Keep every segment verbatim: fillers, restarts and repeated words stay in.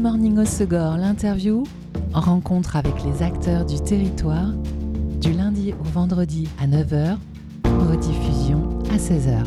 Morning Hossegor, l'interview, rencontre avec les acteurs du territoire, du lundi au vendredi à neuf heures, rediffusion à seize heures.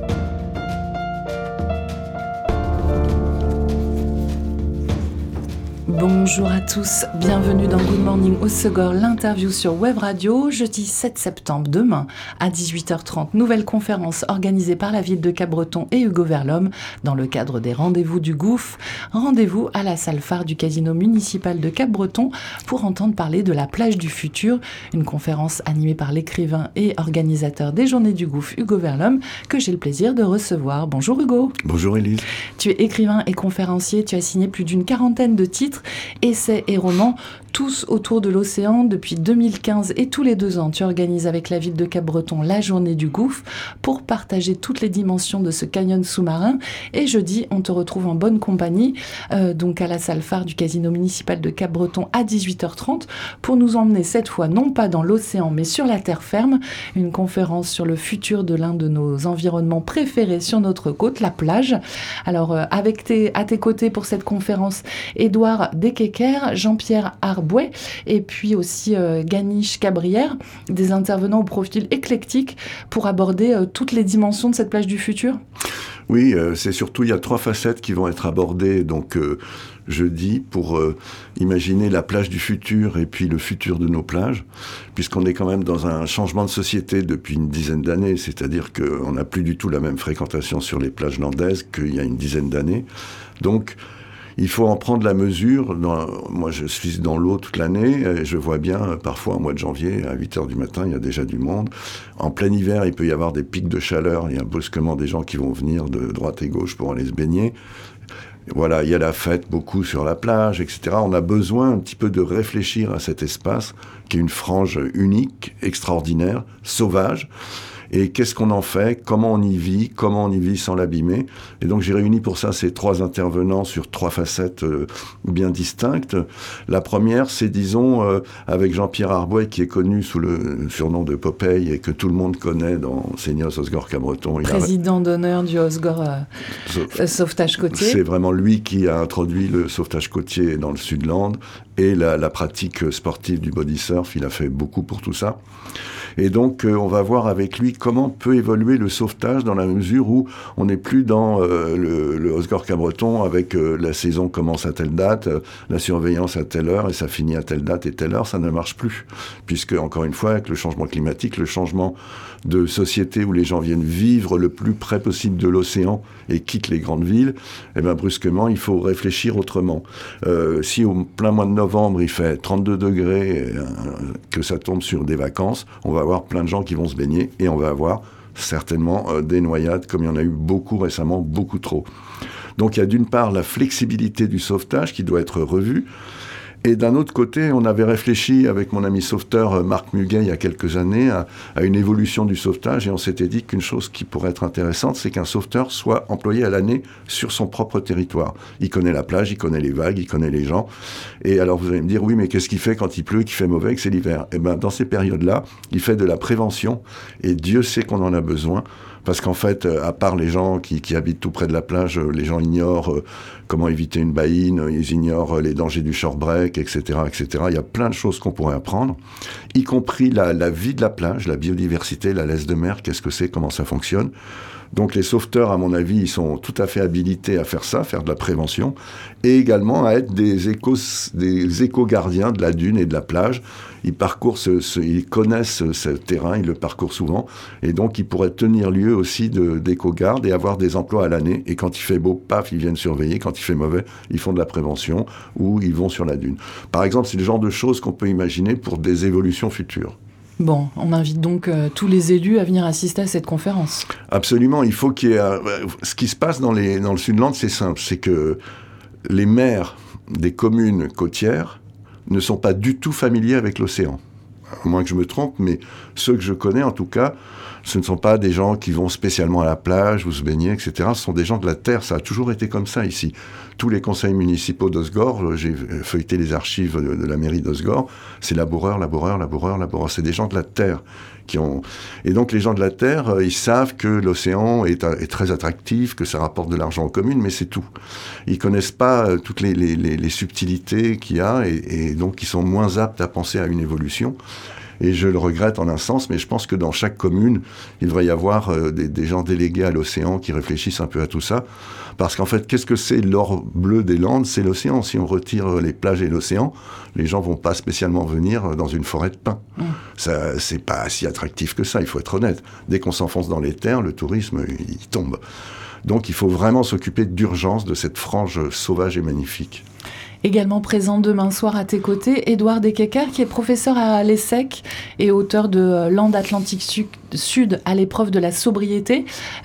Bonjour à tous, bienvenue dans Good Morning Hossegor, l'interview sur Web Radio, jeudi sept septembre, demain à dix-huit heures trente, nouvelle conférence organisée par la ville de Capbreton et Hugo Verlhomme dans le cadre des rendez-vous du Gouffre. Rendez-vous à la salle phare du casino municipal de Capbreton pour entendre parler de la plage du futur, une conférence animée par l'écrivain et organisateur des Journées du Gouffre, Hugo Verlhomme, que j'ai le plaisir de recevoir. Bonjour Hugo. Bonjour Élise. Tu es écrivain et conférencier, tu as signé plus d'une quarantaine de titres, essais et romans, tous autour de l'océan depuis deux mille quinze, et tous les deux ans, tu organises avec la ville de Capbreton la Journée du Gouffre pour partager toutes les dimensions de ce canyon sous-marin. Et jeudi, on te retrouve en bonne compagnie, euh, donc à la salle phare du casino municipal de Capbreton à dix-huit heures trente, pour nous emmener cette fois non pas dans l'océan mais sur la terre ferme, une conférence sur le futur de l'un de nos environnements préférés sur notre côte, la plage. Alors euh, avec tes, à tes côtés pour cette conférence, Édouard Dekeker, Jean-Pierre Arbouet et puis aussi euh, Ganish Cabrière, des intervenants au profil éclectique pour aborder euh, toutes les dimensions de cette plage du futur. Oui, euh, c'est surtout, il y a trois facettes qui vont être abordées donc euh, jeudi pour euh, imaginer la plage du futur et puis le futur de nos plages, puisqu'on est quand même dans un changement de société depuis une dizaine d'années, c'est-à-dire qu'on n'a plus du tout la même fréquentation sur les plages landaises qu'il y a une dizaine d'années. Donc, il faut en prendre la mesure. Dans, moi, je suis dans l'eau toute l'année et je vois bien, parfois, au mois de janvier, à huit heures du matin, il y a déjà du monde. En plein hiver, il peut y avoir des pics de chaleur. Il y a brusquement des gens qui vont venir de droite et gauche pour aller se baigner. Voilà, il y a la fête beaucoup sur la plage, et cetera. On a besoin un petit peu de réfléchir à cet espace qui est une frange unique, extraordinaire, sauvage. Et qu'est-ce qu'on en fait? Comment on y vit? Comment on y vit sans l'abîmer? Et donc j'ai réuni pour ça ces trois intervenants sur trois facettes euh, bien distinctes. La première, c'est disons euh, avec Jean-Pierre Arbouet, qui est connu sous le surnom de Popeye et que tout le monde connaît dans Seignos Hossegor Capbreton. Président a... d'honneur du Hossegor euh, Sauf... sauvetage côtier. C'est vraiment lui qui a introduit le sauvetage côtier dans le Sudland et la, la pratique sportive du body surf. Il a fait beaucoup pour tout ça. Et donc, euh, on va voir avec lui comment peut évoluer le sauvetage dans la mesure où on n'est plus dans euh, le, le Hossegor Capbreton avec euh, la saison commence à telle date, euh, la surveillance à telle heure et ça finit à telle date et telle heure. Ça ne marche plus. Puisque, encore une fois, avec le changement climatique, le changement de société où les gens viennent vivre le plus près possible de l'océan et quittent les grandes villes, eh bien, brusquement, il faut réfléchir autrement. Euh, si au plein mois de novembre, il fait trente-deux degrés, et, euh, que ça tombe sur des vacances, on va avoir plein de gens qui vont se baigner et on va avoir certainement euh, des noyades, comme il y en a eu beaucoup récemment, beaucoup trop. Donc il y a d'une part la flexibilité du sauvetage qui doit être revue, et d'un autre côté, on avait réfléchi avec mon ami sauveteur Marc Muguet il y a quelques années à, à une évolution du sauvetage, et on s'était dit qu'une chose qui pourrait être intéressante, c'est qu'un sauveteur soit employé à l'année sur son propre territoire. Il connaît la plage, il connaît les vagues, il connaît les gens. Et alors vous allez me dire, oui, mais qu'est-ce qu'il fait quand il pleut, qu'il fait mauvais, que c'est l'hiver? Eh bien, dans ces périodes-là, il fait de la prévention, et Dieu sait qu'on en a besoin. Parce qu'en fait, à part les gens qui, qui habitent tout près de la plage, les gens ignorent euh, comment éviter une baïne, ils ignorent les dangers du shore break, et cetera, et cetera. Il y a plein de choses qu'on pourrait apprendre, y compris la, la vie de la plage, la biodiversité, la laisse de mer, qu'est-ce que c'est, comment ça fonctionne. Donc les sauveteurs, à mon avis, ils sont tout à fait habilités à faire ça, faire de la prévention, et également à être des échos, des éco-gardiens de la dune et de la plage. Ils parcourent ce, ce, ils connaissent ce terrain, ils le parcourent souvent, et donc ils pourraient tenir lieu aussi de, d'éco-garde et avoir des emplois à l'année. Et quand il fait beau, paf, ils viennent surveiller. Quand il fait mauvais, ils font de la prévention ou ils vont sur la dune. Par exemple, c'est le genre de choses qu'on peut imaginer pour des évolutions futures. Bon, on invite donc euh, tous les élus à venir assister à cette conférence. Absolument, il faut qu'il y ait... Euh, ce qui se passe dans, les, dans le Sudland, c'est simple, c'est que les maires des communes côtières ne sont pas du tout familiers avec l'océan. À moins que je me trompe, mais ceux que je connais, en tout cas, Ce ne sont pas des gens qui vont spécialement à la plage ou se baigner, et cetera. Ce sont des gens de la terre. Ça a toujours été comme ça ici. Tous les conseils municipaux d'Osgore, j'ai feuilleté les archives de, de la mairie d'Osgore, c'est laboureurs, laboureurs, laboureurs, laboureurs. C'est des gens de la terre qui ont... Et donc les gens de la terre, ils savent que l'océan est, est très attractif, que ça rapporte de l'argent aux communes, mais c'est tout. Ils connaissent pas toutes les, les, les, les subtilités qu'il y a, et, et donc ils sont moins aptes à penser à une évolution. Et je le regrette en un sens, mais je pense que dans chaque commune, il devrait y avoir euh, des, des gens délégués à l'océan qui réfléchissent un peu à tout ça. Parce qu'en fait, qu'est-ce que c'est l'or bleu des Landes? C'est l'océan. Si on retire les plages et l'océan, les gens vont pas spécialement venir dans une forêt de pins. Mmh. Ça, c'est pas si attractif que ça, il faut être honnête. Dès qu'on s'enfonce dans les terres, le tourisme, il tombe. Donc il faut vraiment s'occuper d'urgence de cette frange sauvage et magnifique. Également présent demain soir à tes côtés, Édouard Desquesquer, qui est professeur à l'ESSEC et auteur de Landes Atlantique Sud à l'épreuve de la sobriété.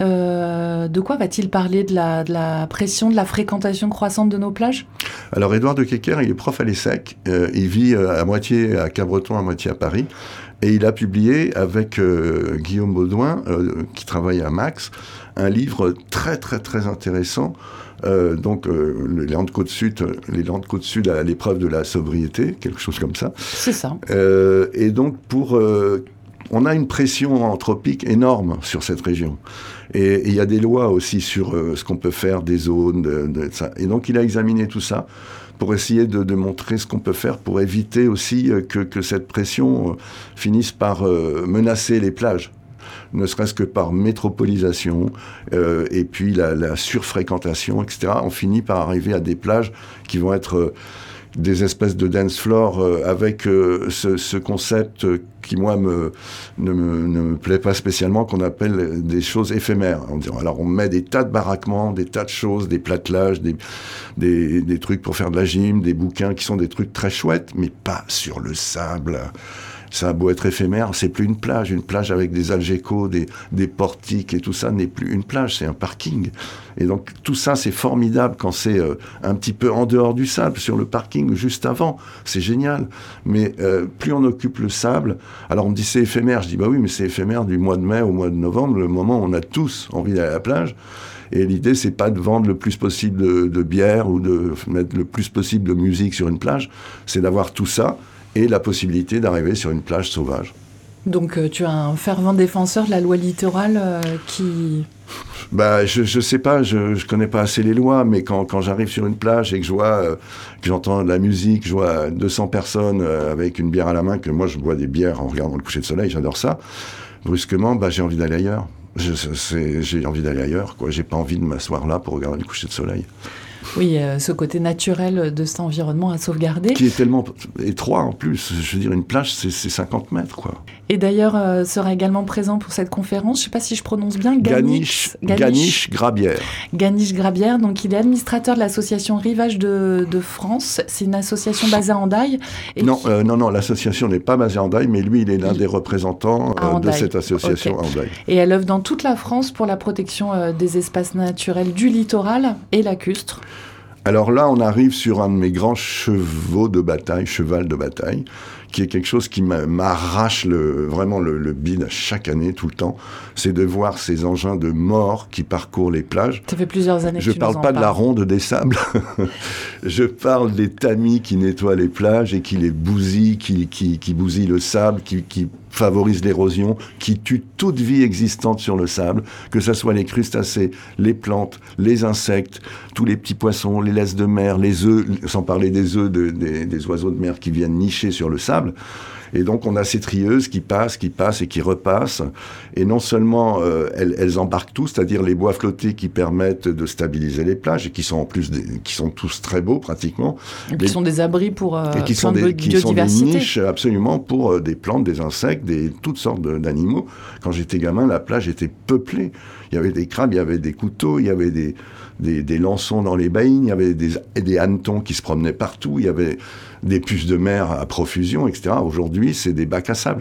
Euh, de quoi va-t-il parler? De la, de la pression, de la fréquentation croissante de nos plages? Alors Édouard Desquesquer, il est prof à l'ESSEC, euh, il vit euh, à moitié à Cabreton, à moitié à Paris, et il a publié avec euh, Guillaume Baudouin, euh, qui travaille à Max, un livre très très très intéressant. Euh, donc euh, les Landes Côte Sud, les Landes Côte Sud à l'épreuve de la sobriété, quelque chose comme ça. C'est ça. Euh, et donc pour, euh, on a une pression anthropique énorme sur cette région. Et il y a des lois aussi sur euh, ce qu'on peut faire des zones, de, de, ça. Et donc il a examiné tout ça pour essayer de, de montrer ce qu'on peut faire pour éviter aussi euh, que, que cette pression euh, finisse par euh, menacer les plages. Ne serait-ce que par métropolisation, euh, et puis la, la surfréquentation, et cetera. On finit par arriver à des plages qui vont être euh, des espèces de dance floor euh, avec euh, ce, ce concept qui, moi, me, ne, me, ne me plaît pas spécialement, qu'on appelle des choses éphémères. En disant, alors, on met des tas de baraquements, des tas de choses, des plattelages, des, des, des trucs pour faire de la gym, des bouquins qui sont des trucs très chouettes, mais pas sur le sable. Ça a beau être éphémère, c'est plus une plage. Une plage avec des algécos, des, des portiques et tout ça n'est plus une plage, c'est un parking. Et donc tout ça, c'est formidable quand c'est euh, un petit peu en dehors du sable, sur le parking juste avant. C'est génial. Mais euh, plus on occupe le sable, alors on me dit c'est éphémère. Je dis bah oui, mais c'est éphémère du mois de mai au mois de novembre, le moment où on a tous envie d'aller à la plage. Et l'idée, c'est pas de vendre le plus possible de, de bière ou de mettre le plus possible de musique sur une plage, c'est d'avoir tout ça et la possibilité d'arriver sur une plage sauvage. Donc euh, tu es un fervent défenseur de la loi littorale euh, qui... Bah, je, je sais pas, je, je connais pas assez les lois, mais quand, quand j'arrive sur une plage et que je vois, euh, que j'entends de la musique, je vois deux cents personnes euh, avec une bière à la main, que moi je bois des bières en regardant le coucher de soleil, j'adore ça, brusquement, bah, j'ai envie d'aller ailleurs. Je, c'est, j'ai envie d'aller ailleurs, quoi. J'ai pas envie de m'asseoir là pour regarder le coucher de soleil. Oui, euh, ce côté naturel de cet environnement à sauvegarder. Qui est tellement étroit en plus. Je veux dire, une plage, c'est, c'est cinquante mètres, quoi. Et d'ailleurs, euh, sera également présent pour cette conférence, je ne sais pas si je prononce bien, Ganish Ganish Grabière. Ganish Grabière, donc il est administrateur de l'association Rivage de, de France. C'est une association basée à Hendaye. Et non, qui... euh, non, non, l'association n'est pas basée à Hendaye, mais lui, il est l'un des représentants euh, de cette association okay. à Hendaye. Et elle œuvre dans toute la France pour la protection euh, des espaces naturels du littoral et lacustre. Alors là, on arrive sur un de mes grands chevaux de bataille, cheval de bataille, qui est quelque chose qui m'arrache le, vraiment le, le bide chaque année, tout le temps. C'est de voir ces engins de mort qui parcourent les plages. Ça fait plusieurs années que Je tu parle nous en pas parles. de la ronde des sables. Je parle des tamis qui nettoient les plages et qui les bousillent, qui, qui, qui bousillent le sable, qui, qui favorisent l'érosion, qui tuent toute vie existante sur le sable, que ce soit les crustacés, les plantes, les insectes, tous les petits poissons, les laisses de mer, les œufs, sans parler des œufs de, des, des oiseaux de mer qui viennent nicher sur le sable. Et donc, on a ces trieuses qui passent, qui passent et qui repassent. Et non seulement euh, elles, elles embarquent tout, c'est-à-dire les bois flottés qui permettent de stabiliser les plages et qui sont en plus des, qui sont tous très beaux pratiquement. Et qui les, sont des abris pour euh, et qui sont plein des, de qui sont des biodiversité. niches absolument pour euh, des plantes, des insectes, des toutes sortes de, d'animaux. Quand j'étais gamin, la plage était peuplée. Il y avait des crabes, il y avait des couteaux, il y avait des Des, des lançons dans les baïnes, il y avait des, des hannetons qui se promenaient partout, il y avait des puces de mer à profusion, et cetera. Aujourd'hui, c'est des bacs à sable.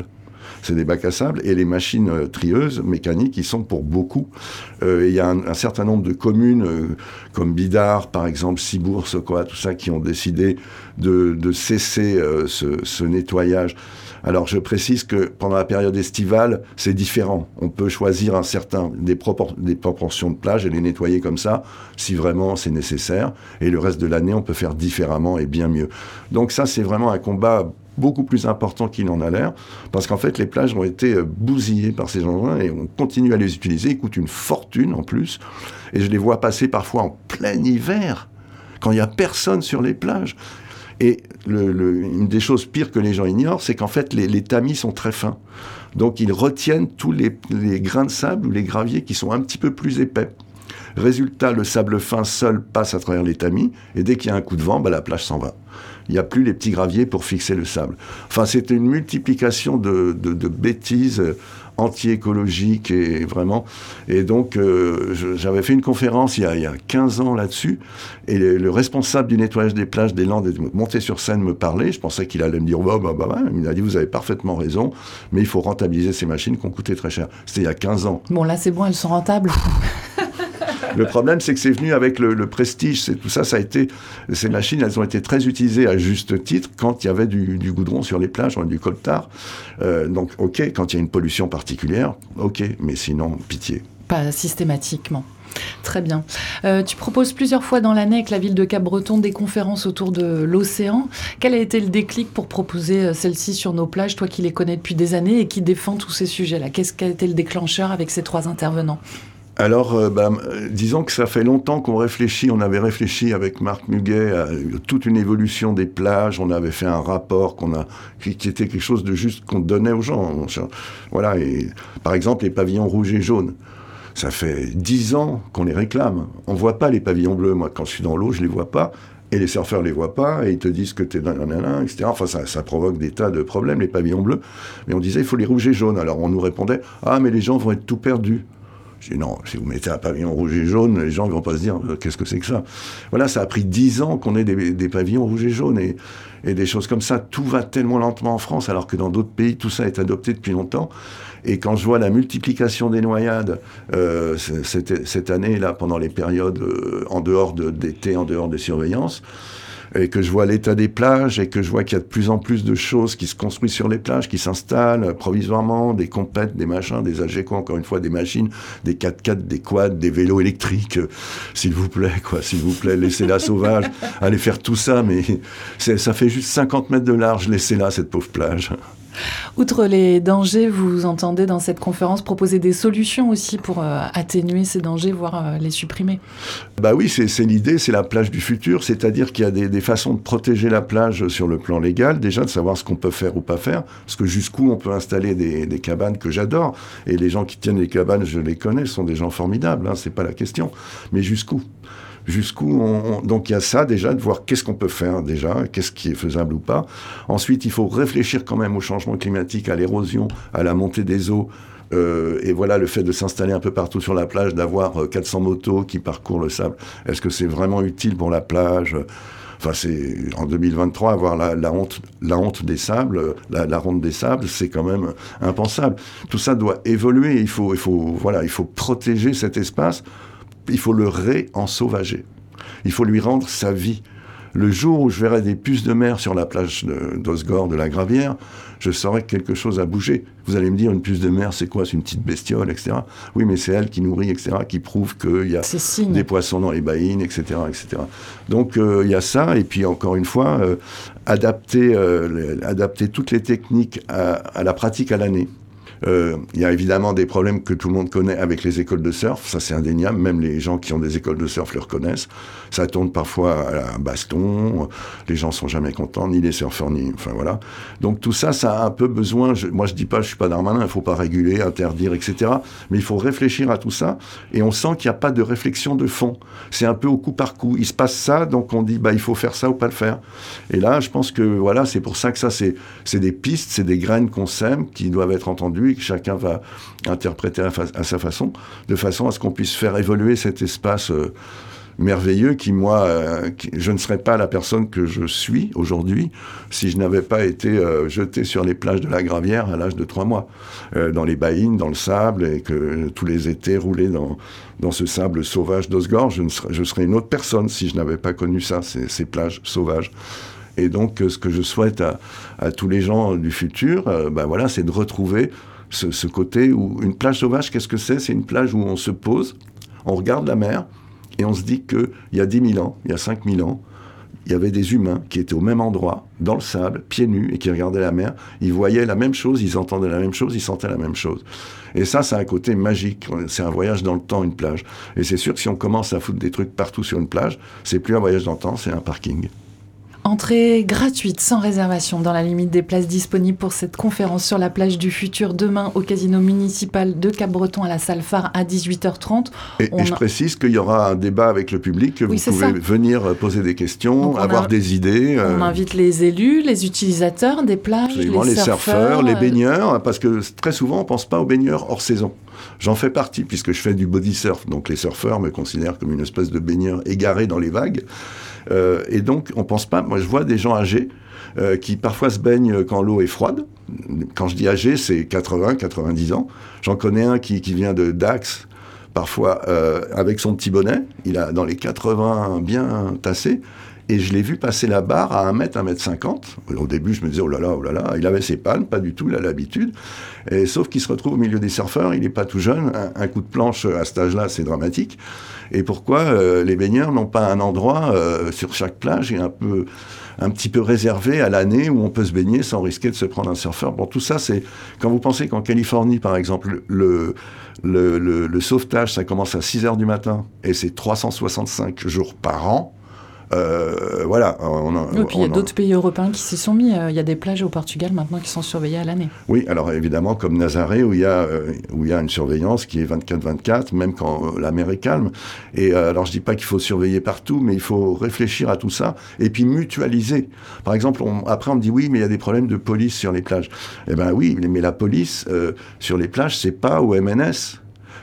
c'est des bacs à sable, et les machines euh, trieuses mécaniques, ils sont pour beaucoup. Euh, il y a un, un certain nombre de communes, euh, comme Bidart, par exemple, Cibourg, quoi, tout ça, qui ont décidé de, de cesser euh, ce, ce nettoyage. Alors, je précise que pendant la période estivale, c'est différent. On peut choisir un certain, des, propor- des proportions de plage et les nettoyer comme ça, si vraiment c'est nécessaire. Et le reste de l'année, on peut faire différemment et bien mieux. Donc ça, c'est vraiment un combat beaucoup plus important qu'il en a l'air, parce qu'en fait, les plages ont été bousillées par ces engins et on continue à les utiliser. Ils coûtent une fortune en plus. Et je les vois passer parfois en plein hiver, quand il n'y a personne sur les plages. Et le, le, une des choses pires que les gens ignorent, c'est qu'en fait, les, les tamis sont très fins. Donc, ils retiennent tous les, les grains de sable ou les graviers qui sont un petit peu plus épais. Résultat, le sable fin seul passe à travers les tamis, et dès qu'il y a un coup de vent, bah, la plage s'en va. Il n'y a plus les petits graviers pour fixer le sable. Enfin, c'était une multiplication de, de, de bêtises anti-écologiques, et vraiment. Et donc, euh, je, j'avais fait une conférence il y a, il y a quinze ans là-dessus, et le, le responsable du nettoyage des plages des Landes est monté sur scène me parler. Je pensais qu'il allait me dire bah, bah, bah, bah. Il m'a dit, vous avez parfaitement raison, mais il faut rentabiliser ces machines qui ont coûté très cher. C'était il y a quinze ans. Bon, là, c'est bon, elles sont rentables. Le problème, c'est que c'est venu avec le, le prestige. C'est, tout ça, ça a été... Ces machines, elles ont été très utilisées à juste titre quand il y avait du, du goudron sur les plages, du coltard. Euh, donc, OK, quand il y a une pollution particulière, OK, mais sinon, pitié. Pas systématiquement. Très bien. Euh, tu proposes plusieurs fois dans l'année avec la ville de Capbreton des conférences autour de l'océan. Quel a été le déclic pour proposer celle-ci sur nos plages, toi qui les connais depuis des années et qui défends tous ces sujets-là? Qu'est-ce qui a été le déclencheur avec ces trois intervenants? Alors, euh, bah, disons que ça fait longtemps qu'on réfléchit, on avait réfléchi avec Marc Muguet à toute une évolution des plages, on avait fait un rapport qu'on a, qui, qui était quelque chose de juste qu'on donnait aux gens. Voilà, et par exemple, les pavillons rouges et jaunes. Ça fait dix ans qu'on les réclame. On voit pas les pavillons bleus. Moi, quand je suis dans l'eau, je les vois pas. Et les surfeurs les voient pas, et ils te disent que t'es nanana, et cetera. Enfin, ça, ça provoque des tas de problèmes, les pavillons bleus. Mais on disait, il faut les rouges et jaunes. Alors, on nous répondait, ah, mais les gens vont être tout perdus. Je dis non, si vous mettez un pavillon rouge et jaune, les gens ne vont pas se dire euh, qu'est-ce que c'est que ça. Voilà, ça a pris dix ans qu'on ait des, des pavillons rouges et jaunes et, et des choses comme ça. Tout va tellement lentement en France, alors que dans d'autres pays, tout ça est adopté depuis longtemps. Et quand je vois la multiplication des noyades euh, cette, cette année, là, pendant les périodes euh, en dehors de, d'été, en dehors des surveillances, et que je vois l'état des plages, et que je vois qu'il y a de plus en plus de choses qui se construisent sur les plages, qui s'installent provisoirement, des compètes, des machins, des Algeco, encore une fois, des machines, des quatre-quatre, des quads, des vélos électriques, euh, s'il vous plaît, quoi, s'il vous plaît, laissez-la sauvage, allez faire tout ça, mais c'est, ça fait juste cinquante mètres de large, laissez-la, cette pauvre plage. Outre les dangers, vous entendez dans cette conférence proposer des solutions aussi pour euh, atténuer ces dangers, voire euh, les supprimer. Bah oui, c'est, c'est l'idée, c'est la plage du futur, c'est-à-dire qu'il y a des, des façons de protéger la plage sur le plan légal, déjà de savoir ce qu'on peut faire ou pas faire, parce que jusqu'où on peut installer des, des cabanes que j'adore, et les gens qui tiennent les cabanes, je les connais, sont des gens formidables, hein, c'est pas la question, mais jusqu'où Jusqu'où on, on... Donc il y a ça déjà, de voir qu'est-ce qu'on peut faire déjà, qu'est-ce qui est faisable ou pas. Ensuite, il faut réfléchir quand même au changement climatique, à l'érosion, à la montée des eaux. Euh, et voilà, le fait de s'installer un peu partout sur la plage, d'avoir quatre cents motos qui parcourent le sable, est-ce que c'est vraiment utile pour la plage ? Enfin, c'est en deux mille vingt-trois, avoir la, la, honte, la honte des sables, la, la ronde des sables, c'est quand même impensable. Tout ça doit évoluer. Il faut, il faut, voilà, il faut protéger cet espace. Il faut le ré-ensauvager. Il faut lui rendre sa vie. Le jour où je verrai des puces de mer sur la plage de, d'Osgore, de la Gravière, je saurai que quelque chose a bougé. Vous allez me dire, une puce de mer, c'est quoi ? C'est une petite bestiole, et cetera. Oui, mais c'est elle qui nourrit, et cetera, qui prouve qu'il y a des poissons dans les baïnes, et cetera, et cetera. Donc, euh, il y a ça. Et puis, encore une fois, euh, adapter, euh, adapter toutes les techniques à, à la pratique à l'année. Il euh, y a évidemment des problèmes que tout le monde connaît avec les écoles de surf, ça c'est indéniable, même les gens qui ont des écoles de surf le reconnaissent. Ça tourne parfois à un baston, les gens sont jamais contents, ni les surfeurs, ni... Enfin voilà. Donc tout ça, ça a un peu besoin... Je, moi je dis pas, je suis pas Darmanin, il faut pas réguler, interdire, et cetera. Mais il faut réfléchir à tout ça, et on sent qu'il n'y a pas de réflexion de fond. C'est un peu au coup par coup. Il se passe ça, donc on dit, bah il faut faire ça ou pas le faire. Et là, je pense que voilà, c'est pour ça que ça, c'est, c'est des pistes, c'est des graines qu'on sème, qui doivent être entendues, que chacun va interpréter à, fa- à sa façon, de façon à ce qu'on puisse faire évoluer cet espace euh, merveilleux qui, moi, euh, qui, je ne serais pas la personne que je suis aujourd'hui si je n'avais pas été euh, jeté sur les plages de la Gravière à l'âge de trois mois, euh, dans les baïnes, dans le sable, et que tous les étés roulés dans, dans ce sable sauvage d'Osgore. Je, ne serais, je serais une autre personne si je n'avais pas connu ça, ces, ces plages sauvages. Et donc, euh, ce que je souhaite à, à tous les gens du futur, euh, ben voilà, c'est de retrouver ce, ce côté où une plage sauvage, qu'est-ce que c'est ? C'est une plage où on se pose, on regarde la mer, et on se dit qu'il y a dix mille ans, il y a cinq mille ans, il y avait des humains qui étaient au même endroit, dans le sable, pieds nus, et qui regardaient la mer. Ils voyaient la même chose, ils entendaient la même chose, ils sentaient la même chose. Et ça, c'est un côté magique. C'est un voyage dans le temps, une plage. Et c'est sûr que si on commence à foutre des trucs partout sur une plage, c'est plus un voyage dans le temps, c'est un parking. Entrée gratuite, sans réservation, dans la limite des places disponibles pour cette conférence sur la plage du futur, demain au casino municipal de Cap-Breton à la salle phare à dix-huit heures trente. Et, et je a... précise qu'il y aura un débat avec le public, que oui, vous pouvez ça. venir poser des questions, avoir a... des idées. On euh... invite les élus, les utilisateurs des plages, les, les surfeurs, surfeurs, les baigneurs, parce que très souvent on ne pense pas aux baigneurs hors saison. J'en fais partie, puisque je fais du body surf, donc les surfeurs me considèrent comme une espèce de baigneur égaré dans les vagues. Euh, et donc, on pense pas... Moi, je vois des gens âgés euh, qui parfois se baignent quand l'eau est froide. Quand je dis âgé, c'est quatre-vingts, quatre-vingt-dix ans. J'en connais un qui, qui vient de Dax, parfois euh, avec son petit bonnet. Il a dans les quatre-vingts bien tassé. Et je l'ai vu passer la barre à un mètre, un mètre cinquante. Au début, je me disais, oh là là, oh là là. Il avait ses pannes, pas du tout, il a l'habitude. Et, sauf qu'il se retrouve au milieu des surfeurs, il n'est pas tout jeune. Un, un coup de planche à cet âge-là, c'est dramatique. Et pourquoi euh, les baigneurs n'ont pas un endroit euh, sur chaque plage et un peu, un petit peu réservé à l'année où on peut se baigner sans risquer de se prendre un surfeur. Bon, tout ça, c'est... Quand vous pensez qu'en Californie, par exemple, le, le, le, le sauvetage, ça commence à six heures du matin et c'est trois cent soixante-cinq jours par an, Euh, voilà. On a, et puis il y a on d'autres a... pays européens qui s'y sont mis. Il y a des plages au Portugal maintenant qui sont surveillées à l'année. Oui, alors évidemment, comme Nazaré, où il y a, euh, où il y a une surveillance qui est vingt-quatre vingt-quatre, même quand euh, la mer est calme. Et euh, alors je dis pas qu'il faut surveiller partout, mais il faut réfléchir à tout ça et puis mutualiser. Par exemple, on, après on me dit oui, mais il y a des problèmes de police sur les plages. Eh ben oui, mais la police euh, sur les plages, c'est pas au M N S.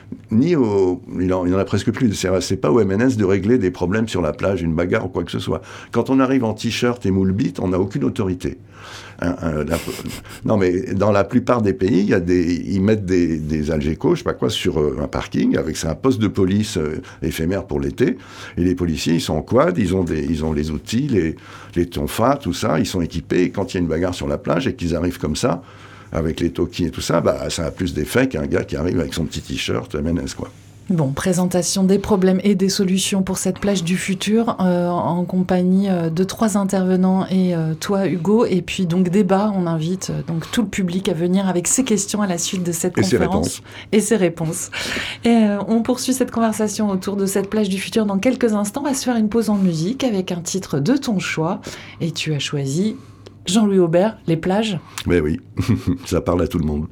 Ni au... Il en, il en a presque plus. C'est, c'est pas au M N S de régler des problèmes sur la plage, une bagarre ou quoi que ce soit. Quand on arrive en t-shirt et moule bite, on n'a aucune autorité. Hein, hein, la... Non, mais dans la plupart des pays, il y a des... ils mettent des, des algécos, je sais pas quoi, sur euh, un parking, avec c'est un poste de police euh, éphémère pour l'été. Et les policiers, ils sont en quad, ils ont, des... ils ont les outils, les, les tonfas, tout ça, ils sont équipés. Et quand il y a une bagarre sur la plage et qu'ils arrivent comme ça, avec les toquis et tout ça, bah, ça a plus d'effet qu'un gars qui arrive avec son petit t-shirt M N S, quoi. Bon, présentation des problèmes et des solutions pour cette plage du futur euh, en compagnie euh, de trois intervenants et euh, toi, Hugo. Et puis donc débat, on invite euh, donc tout le public à venir avec ses questions à la suite de cette et conférence. Et ses réponses. Et ses réponses. Et euh, on poursuit cette conversation autour de cette plage du futur dans quelques instants. On va se faire une pause en musique avec un titre de ton choix. Et tu as choisi... Jean-Louis Aubert, Les plages. Mais oui, ça parle à tout le monde.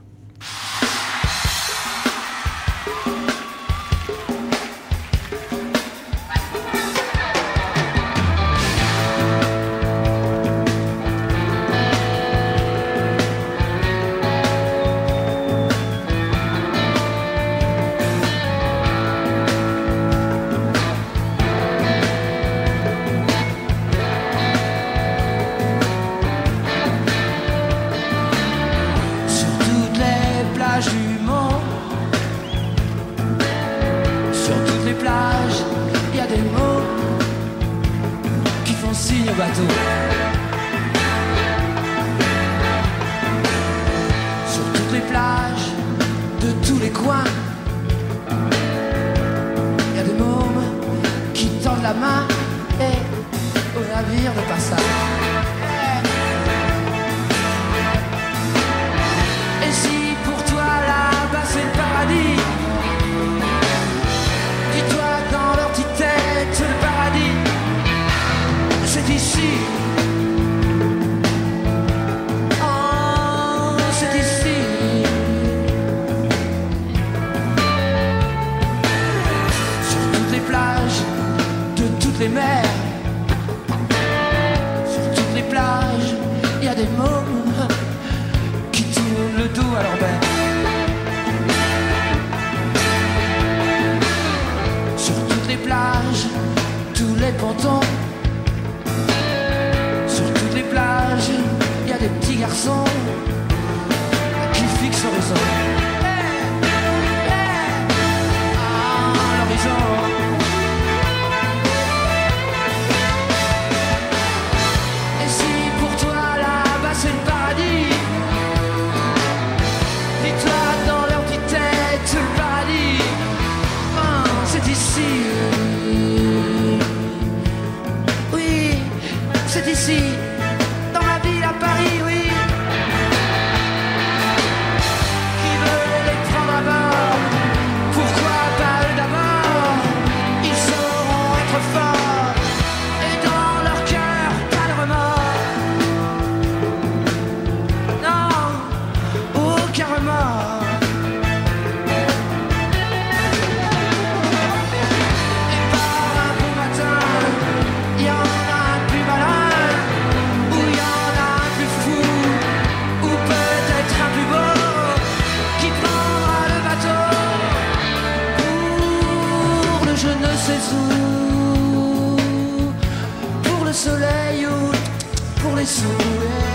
les mers, sur toutes les plages, il y a des mômes qui tournent le dos à leur mère. Sur toutes les plages, les pontons. Sur toutes les plages, il y a des petits garçons qui fixent l'horizon. Et si pour toi là-bas c'est le paradis, dis-toi dans leur petite tête le paradis, ah, c'est ici. Oui, c'est ici, dans la ville à Paris, oui. Qui veut les prendre à bord? Pourquoi pas eux d'abord? Ils sauront être forts et dans leur cœur pas de remords. Non, aucun remords. Et par un beau matin, il y en a un plus malin, ou il y en a un plus fou, ou peut-être un plus beau, qui prendra le bateau pour le je ne sais où, pour le soleil ou pour les souhaits.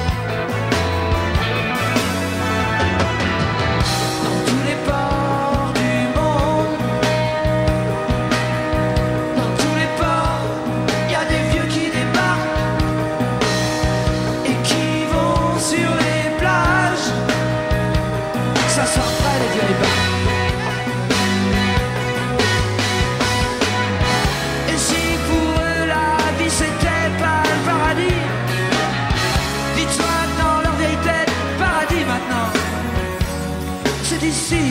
Dans tous les ports du monde, dans tous les ports, il y a des vieux qui débarquent et qui vont sur les plages. Ça sort près des vieilles barques. Et si pour eux la vie c'était pas le paradis, dis-toi dans leur vieille tête, paradis maintenant, c'est ici.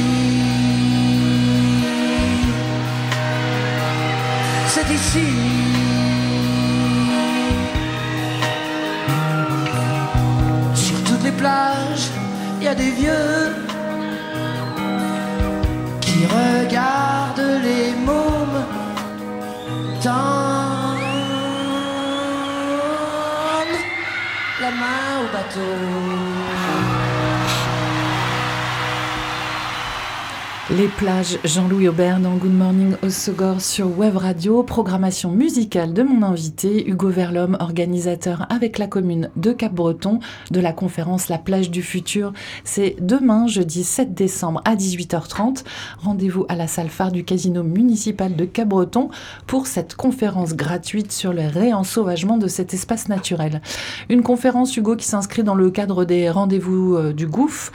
C'est ici. Sur toutes les plages, il y a des vieux qui regardent les mômes tendre la main au bateau. Les plages, Jean-Louis Aubert dans Good Morning Hossegor sur Web Radio. Programmation musicale de mon invité, Hugo Verlhomme, organisateur avec la commune de Cap-Breton de la conférence La plage du futur. C'est demain, jeudi sept décembre à dix-huit heures trente. Rendez-vous à la salle phare du casino municipal de Cap-Breton pour cette conférence gratuite sur le réensauvagement de cet espace naturel. Une conférence, Hugo, qui s'inscrit dans le cadre des rendez-vous euh, du Gouffre.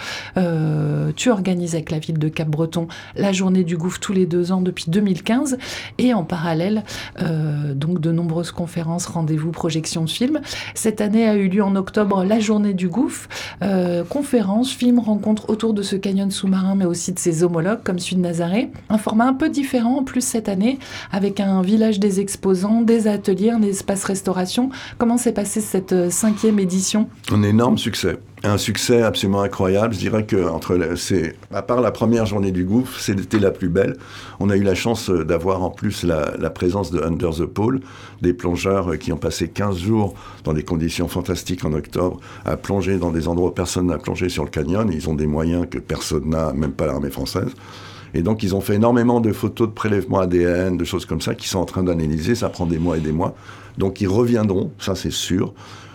Euh, tu organises avec la ville de Cap-Breton la journée du Gouffre tous les deux ans depuis deux mille quinze et en parallèle euh, donc de nombreuses conférences, rendez-vous, projections de films. Cette année a eu lieu en octobre la journée du Gouffre, euh, conférences, films, rencontres autour de ce canyon sous-marin mais aussi de ses homologues comme celui de Nazaré. Un format un peu différent en plus cette année avec un village des exposants, des ateliers, un espace restauration. Comment s'est passée cette cinquième édition? Un énorme succès. Un succès absolument incroyable. Je dirais que entre les, c'est, à part la première journée du Gouffre, c'était la plus belle. On a eu la chance d'avoir en plus la, la présence de Under the Pole, des plongeurs qui ont passé quinze jours dans des conditions fantastiques en octobre, à plonger dans des endroits où personne n'a plongé sur le canyon. Ils ont des moyens que personne n'a, même pas l'armée française. Et donc, ils ont fait énormément de photos de prélèvements A D N, de choses comme ça, qu'ils sont en train d'analyser. Ça prend des mois et des mois. Donc, ils reviendront, ça c'est sûr.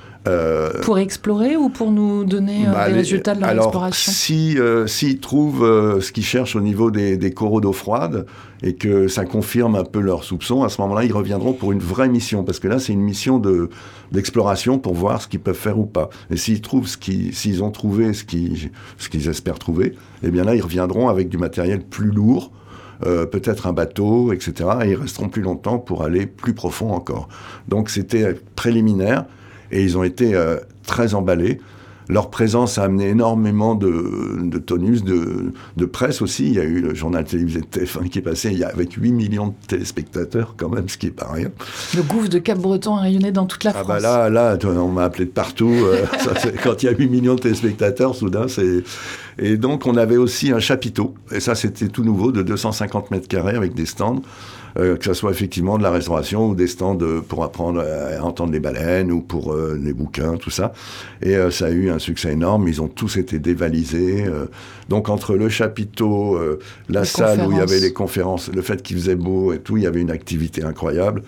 Euh, pour explorer ou pour nous donner euh, bah, les résultats de leur alors, exploration? Si, euh, s'ils trouvent euh, ce qu'ils cherchent au niveau des, des coraux d'eau froide et que ça confirme un peu leurs soupçons, à ce moment-là, ils reviendront pour une vraie mission. Parce que là, c'est une mission de, d'exploration pour voir ce qu'ils peuvent faire ou pas. Et s'ils trouvent ce qu'ils, s'ils ont trouvé ce qu'ils, ce qu'ils espèrent trouver, eh bien là, ils reviendront avec du matériel plus lourd, Euh, peut-être un bateau, et cetera. Et ils resteront plus longtemps pour aller plus profond encore. Donc, c'était préliminaire. Et ils ont été euh, très emballés. Leur présence a amené énormément de, de tonus, de, de presse aussi. Il y a eu le journal télévisé de T F un qui est passé il y a, avec huit millions de téléspectateurs, quand même, ce qui n'est pas rien. Le Gouffre de Cap-Breton a rayonné dans toute la ah France. Bah là, là, on m'a appelé de partout. Euh, ça, c'est, quand il y a huit millions de téléspectateurs, soudain, c'est... Et donc, on avait aussi un chapiteau. Et ça, c'était tout nouveau, de deux cent cinquante mètres carrés avec des stands. Euh, que ce soit effectivement de la restauration ou des stands de, pour apprendre à entendre les baleines ou pour euh, les bouquins, tout ça. Et euh, ça a eu un succès énorme. Ils ont tous été dévalisés. Euh, donc, entre le chapiteau, euh, la les salle où il y avait les conférences, le fait qu'il faisait beau et tout, il y avait une activité incroyable.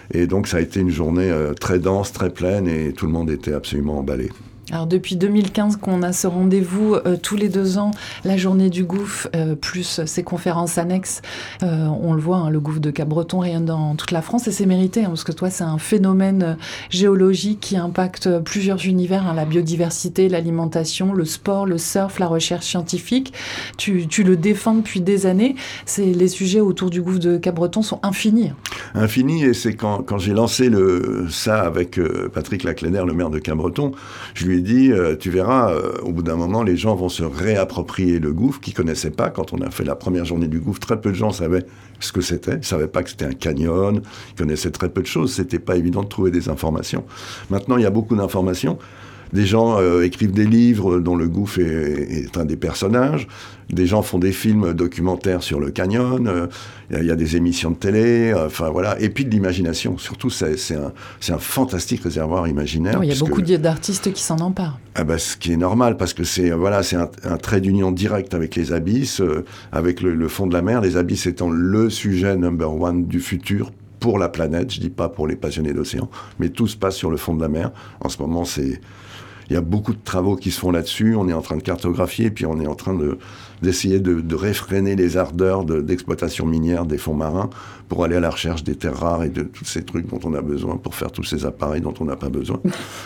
Et donc ça a été une journée euh, très dense, très pleine, et tout le monde était absolument emballé. Alors depuis deux mille quinze qu'on a ce rendez-vous euh, tous les deux ans, la journée du gouffre, euh, plus ces conférences annexes, euh, on le voit, hein, le gouffre de Cap-Breton rayonne dans toute la France et c'est mérité, hein, parce que toi c'est un phénomène euh, géologique qui impacte plusieurs univers, hein, la biodiversité, l'alimentation, le sport, le surf, la recherche scientifique. Tu, tu le défends depuis des années, c'est, les sujets autour du gouffre de Cap-Breton sont infinis. Infini, et c'est quand, quand j'ai lancé le, ça avec euh, Patrick Lacléner, le maire de Cap-Breton, je lui ai dit, euh, tu verras, euh, au bout d'un moment, les gens vont se réapproprier le gouffre qu'ils ne connaissaient pas. Quand on a fait la première journée du gouffre, très peu de gens savaient ce que c'était. Ils ne savaient pas que c'était un canyon, ils connaissaient très peu de choses. Ce n'était pas évident de trouver des informations. Maintenant, il y a beaucoup d'informations. Des gens euh, écrivent des livres dont le gouffre est, est un des personnages. Des gens font des films documentaires sur le canyon. Il euh, y, y a des émissions de télé. Enfin euh, voilà. Et puis de l'imagination. Surtout, c'est, c'est, un, c'est un fantastique réservoir imaginaire. Il y a beaucoup d'artistes qui s'en emparent. Ah bah, ce qui est normal, parce que c'est, voilà, c'est un, un trait d'union direct avec les abysses, euh, avec le, le fond de la mer. Les abysses étant le sujet number one du futur pour la planète. Je dis pas pour les passionnés d'océan, mais tout se passe sur le fond de la mer. En ce moment, c'est... Il y a beaucoup de travaux qui se font là-dessus. On est en train de cartographier, et puis on est en train de, d'essayer de, de réfréner les ardeurs de, d'exploitation minière des fonds marins pour aller à la recherche des terres rares et de tous ces trucs dont on a besoin pour faire tous ces appareils dont on n'a pas besoin.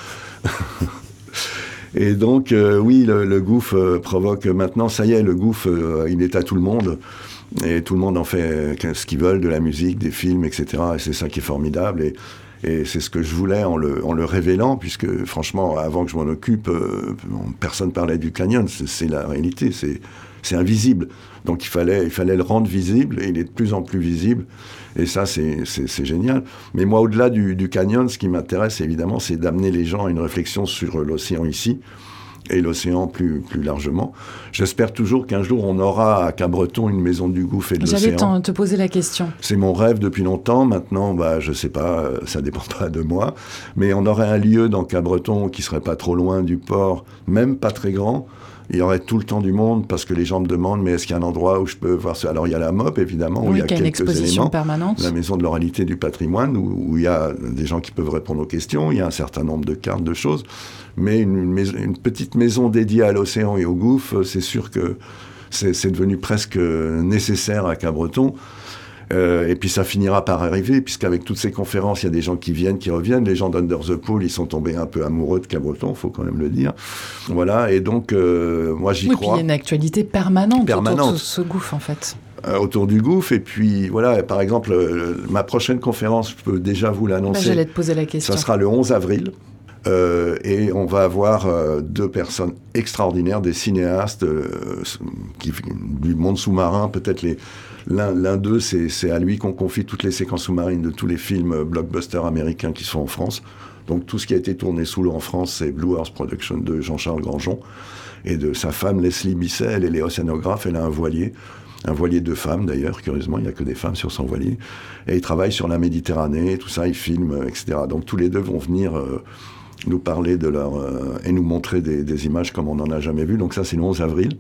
Et donc, euh, oui, le, le gouffre euh, provoque... Maintenant, ça y est, le gouffre, euh, il est à tout le monde. Et tout le monde en fait euh, ce qu'ils veulent, de la musique, des films, et cetera. Et c'est ça qui est formidable. Et... Et c'est ce que je voulais en le, en le révélant, puisque franchement, avant que je m'en occupe, euh, personne parlait du canyon. C'est, c'est la réalité, c'est, c'est invisible. Donc il fallait, il fallait le rendre visible, et il est de plus en plus visible. Et ça, c'est, c'est, c'est génial. Mais moi, au-delà du, du canyon, ce qui m'intéresse, évidemment, c'est d'amener les gens à une réflexion sur l'océan ici, et l'océan plus, plus largement. J'espère toujours qu'un jour, on aura à Cap-Breton une maison du gouffre et de J'allais l'océan. J'allais te poser la question. C'est mon rêve depuis longtemps. Maintenant, bah, je sais pas, ça dépend pas de moi. Mais on aurait un lieu dans Cap-Breton qui serait pas trop loin du port, même pas très grand. Il y aurait tout le temps du monde, parce que les gens me demandent, mais est-ce qu'il y a un endroit où je peux voir ça? Alors, il y a la M O P, évidemment, oui, où il y a quelques une exposition éléments. Permanente. La Maison de l'oralité du patrimoine, où, où il y a des gens qui peuvent répondre aux questions. Il y a un certain nombre de cartes, de choses. Mais une, une, maison, une petite maison dédiée à l'océan et au gouffre, c'est sûr que c'est, c'est devenu presque nécessaire à Cap-Breton. Euh, et puis ça finira par arriver, puisqu'avec toutes ces conférences, il y a des gens qui viennent, qui reviennent. Les gens d'Under the Pole, ils sont tombés un peu amoureux de Cap-Breton, il faut quand même le dire. Voilà, et donc euh, moi j'y oui, crois. Oui, puis il y a une actualité permanente, permanente. autour de ce gouffre, en fait. Euh, autour du gouffre, et puis voilà, par exemple, euh, ma prochaine conférence, je peux déjà vous l'annoncer. Ben, j'allais te poser la question. Ça sera le onze avril. Euh, et on va avoir euh, deux personnes extraordinaires, des cinéastes euh, qui, du monde sous-marin. Peut-être les, l'un, l'un d'eux, c'est, c'est à lui qu'on confie toutes les séquences sous-marines de tous les films euh, blockbusters américains qui sont en France. Donc tout ce qui a été tourné sous l'eau en France, c'est Blue Earth Production de Jean-Charles Granjon et de sa femme Leslie Bisset. Elle, elle est océanographe, elle a un voilier. Un voilier de femmes, d'ailleurs, curieusement, il n'y a que des femmes sur son voilier. Et ils travaillent sur la Méditerranée, tout ça, ils filment, et cetera. Donc tous les deux vont venir euh, nous parler de leur... Euh, et nous montrer des, des images comme on n'en a jamais vu. Donc ça, c'est le onze avril.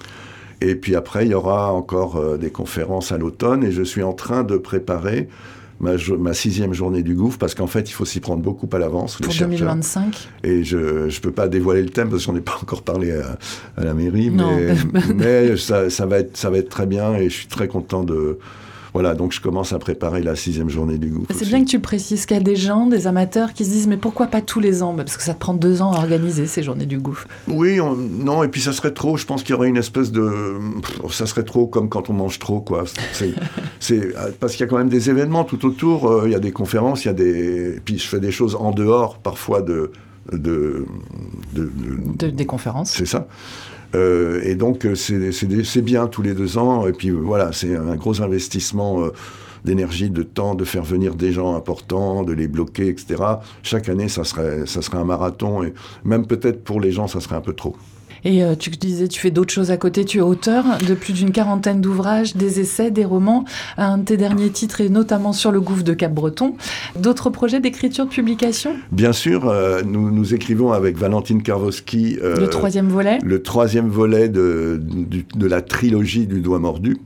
Et puis après, il y aura encore euh, des conférences à l'automne. Et je suis en train de préparer ma, ma sixième journée du gouffre, parce qu'en fait, il faut s'y prendre beaucoup à l'avance. Pour deux mille vingt-cinq. Et je ne peux pas dévoiler le thème, parce qu'on n'est pas encore parlé à, à la mairie. Non. Mais, mais ça, ça, va être, ça va être très bien, et je suis très content de... Voilà, donc je commence à préparer la sixième journée du gouffre. C'est aussi. bien que tu précises qu'il y a des gens, des amateurs qui se disent « mais pourquoi pas tous les ans ?» Parce que ça te prend deux ans à organiser ces journées du gouffre. Oui, on, non, et puis ça serait trop, je pense qu'il y aurait une espèce de... Ça serait trop comme quand on mange trop, quoi. C'est, c'est, parce qu'il y a quand même des événements tout autour, euh, il y a des conférences, il y a des... Et puis je fais des choses en dehors, parfois, de... de, de, de, de des conférences. C'est ça. Euh, et donc, c'est, c'est, c'est bien tous les deux ans. Et puis, voilà, c'est un gros investissement euh, d'énergie, de temps, de faire venir des gens importants, de les bloquer, et cetera. Chaque année, ça serait, ça serait un marathon. Et même peut-être pour les gens, ça serait un peu trop. Et euh, tu disais, tu fais d'autres choses à côté. Tu es auteur de plus d'une quarantaine d'ouvrages, des essais, des romans. Un de tes derniers titres est notamment sur le gouffre de Cap-Breton. D'autres projets d'écriture, de publication ? Bien sûr, euh, nous, nous écrivons avec Valentine Karwowski... Euh, le troisième volet ? Le troisième volet de, de, de la trilogie du Doigt mordu.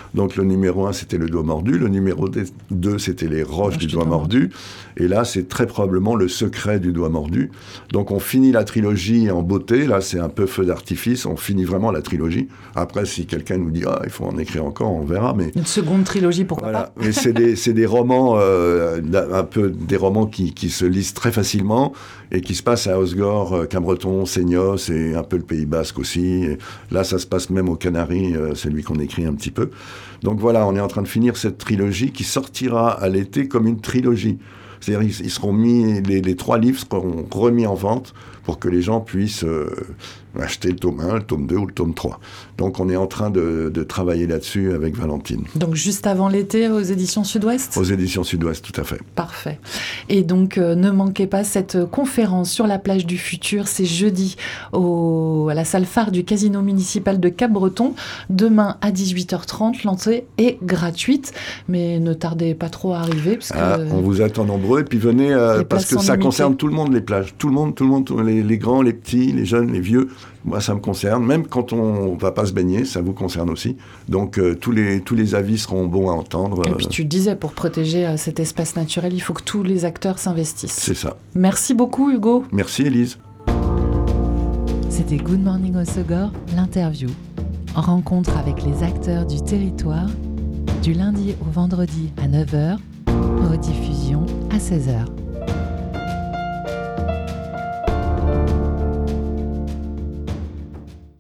Donc le numéro un, c'était le doigt mordu. Le numéro deux, c'était les roches du doigt mordu. Et là, c'est très probablement le secret du doigt mordu. Donc on finit la trilogie en beauté. Là, c'est un peu feu d'artifice. On finit vraiment la trilogie. Après, si quelqu'un nous dit « Ah, il faut en écrire encore », on verra. Mais une seconde trilogie, pourquoi voilà. pas. Mais c'est des, c'est des romans, euh, un peu des romans qui, qui se lisent très facilement et qui se passent à Osgore, Cabreton, Seignos et un peu le Pays Basque aussi. Et là, ça se passe même aux Canaries, euh, c'est lui qu'on écrit un petit peu. Donc voilà, on est en train de finir cette trilogie qui sortira à l'été comme une trilogie. C'est-à-dire ils, ils seront mis, les, les trois livres seront remis en vente pour que les gens puissent euh, acheter le tome un, le tome deux ou le tome trois. Donc on est en train de, de travailler là-dessus avec Valentine. Donc juste avant l'été aux éditions Sud-Ouest ? Aux éditions Sud-Ouest, tout à fait. Parfait. Et donc euh, ne manquez pas cette conférence sur la plage du futur, c'est jeudi au, à la salle phare du Casino municipal de Cap-Breton. Demain à dix-huit heures trente, l'entrée est gratuite, mais ne tardez pas trop à arriver. Parce que, ah, on vous attend nombreux et puis venez euh, parce que ça limitées. Concerne tout le monde, les plages. Tout le monde, tout le monde, tous les, les grands, les petits, les jeunes, les vieux. Moi, ça me concerne. Même quand on ne va pas se baigner, ça vous concerne aussi. Donc, euh, tous, les, tous les avis seront bons à entendre. Et puis, tu disais, pour protéger euh, cet espace naturel, il faut que tous les acteurs s'investissent. C'est ça. Merci beaucoup, Hugo. Merci, Élise. C'était Good Morning Osogor, l'interview. Rencontre avec les acteurs du territoire, du lundi au vendredi à neuf heures, rediffusion à seize heures.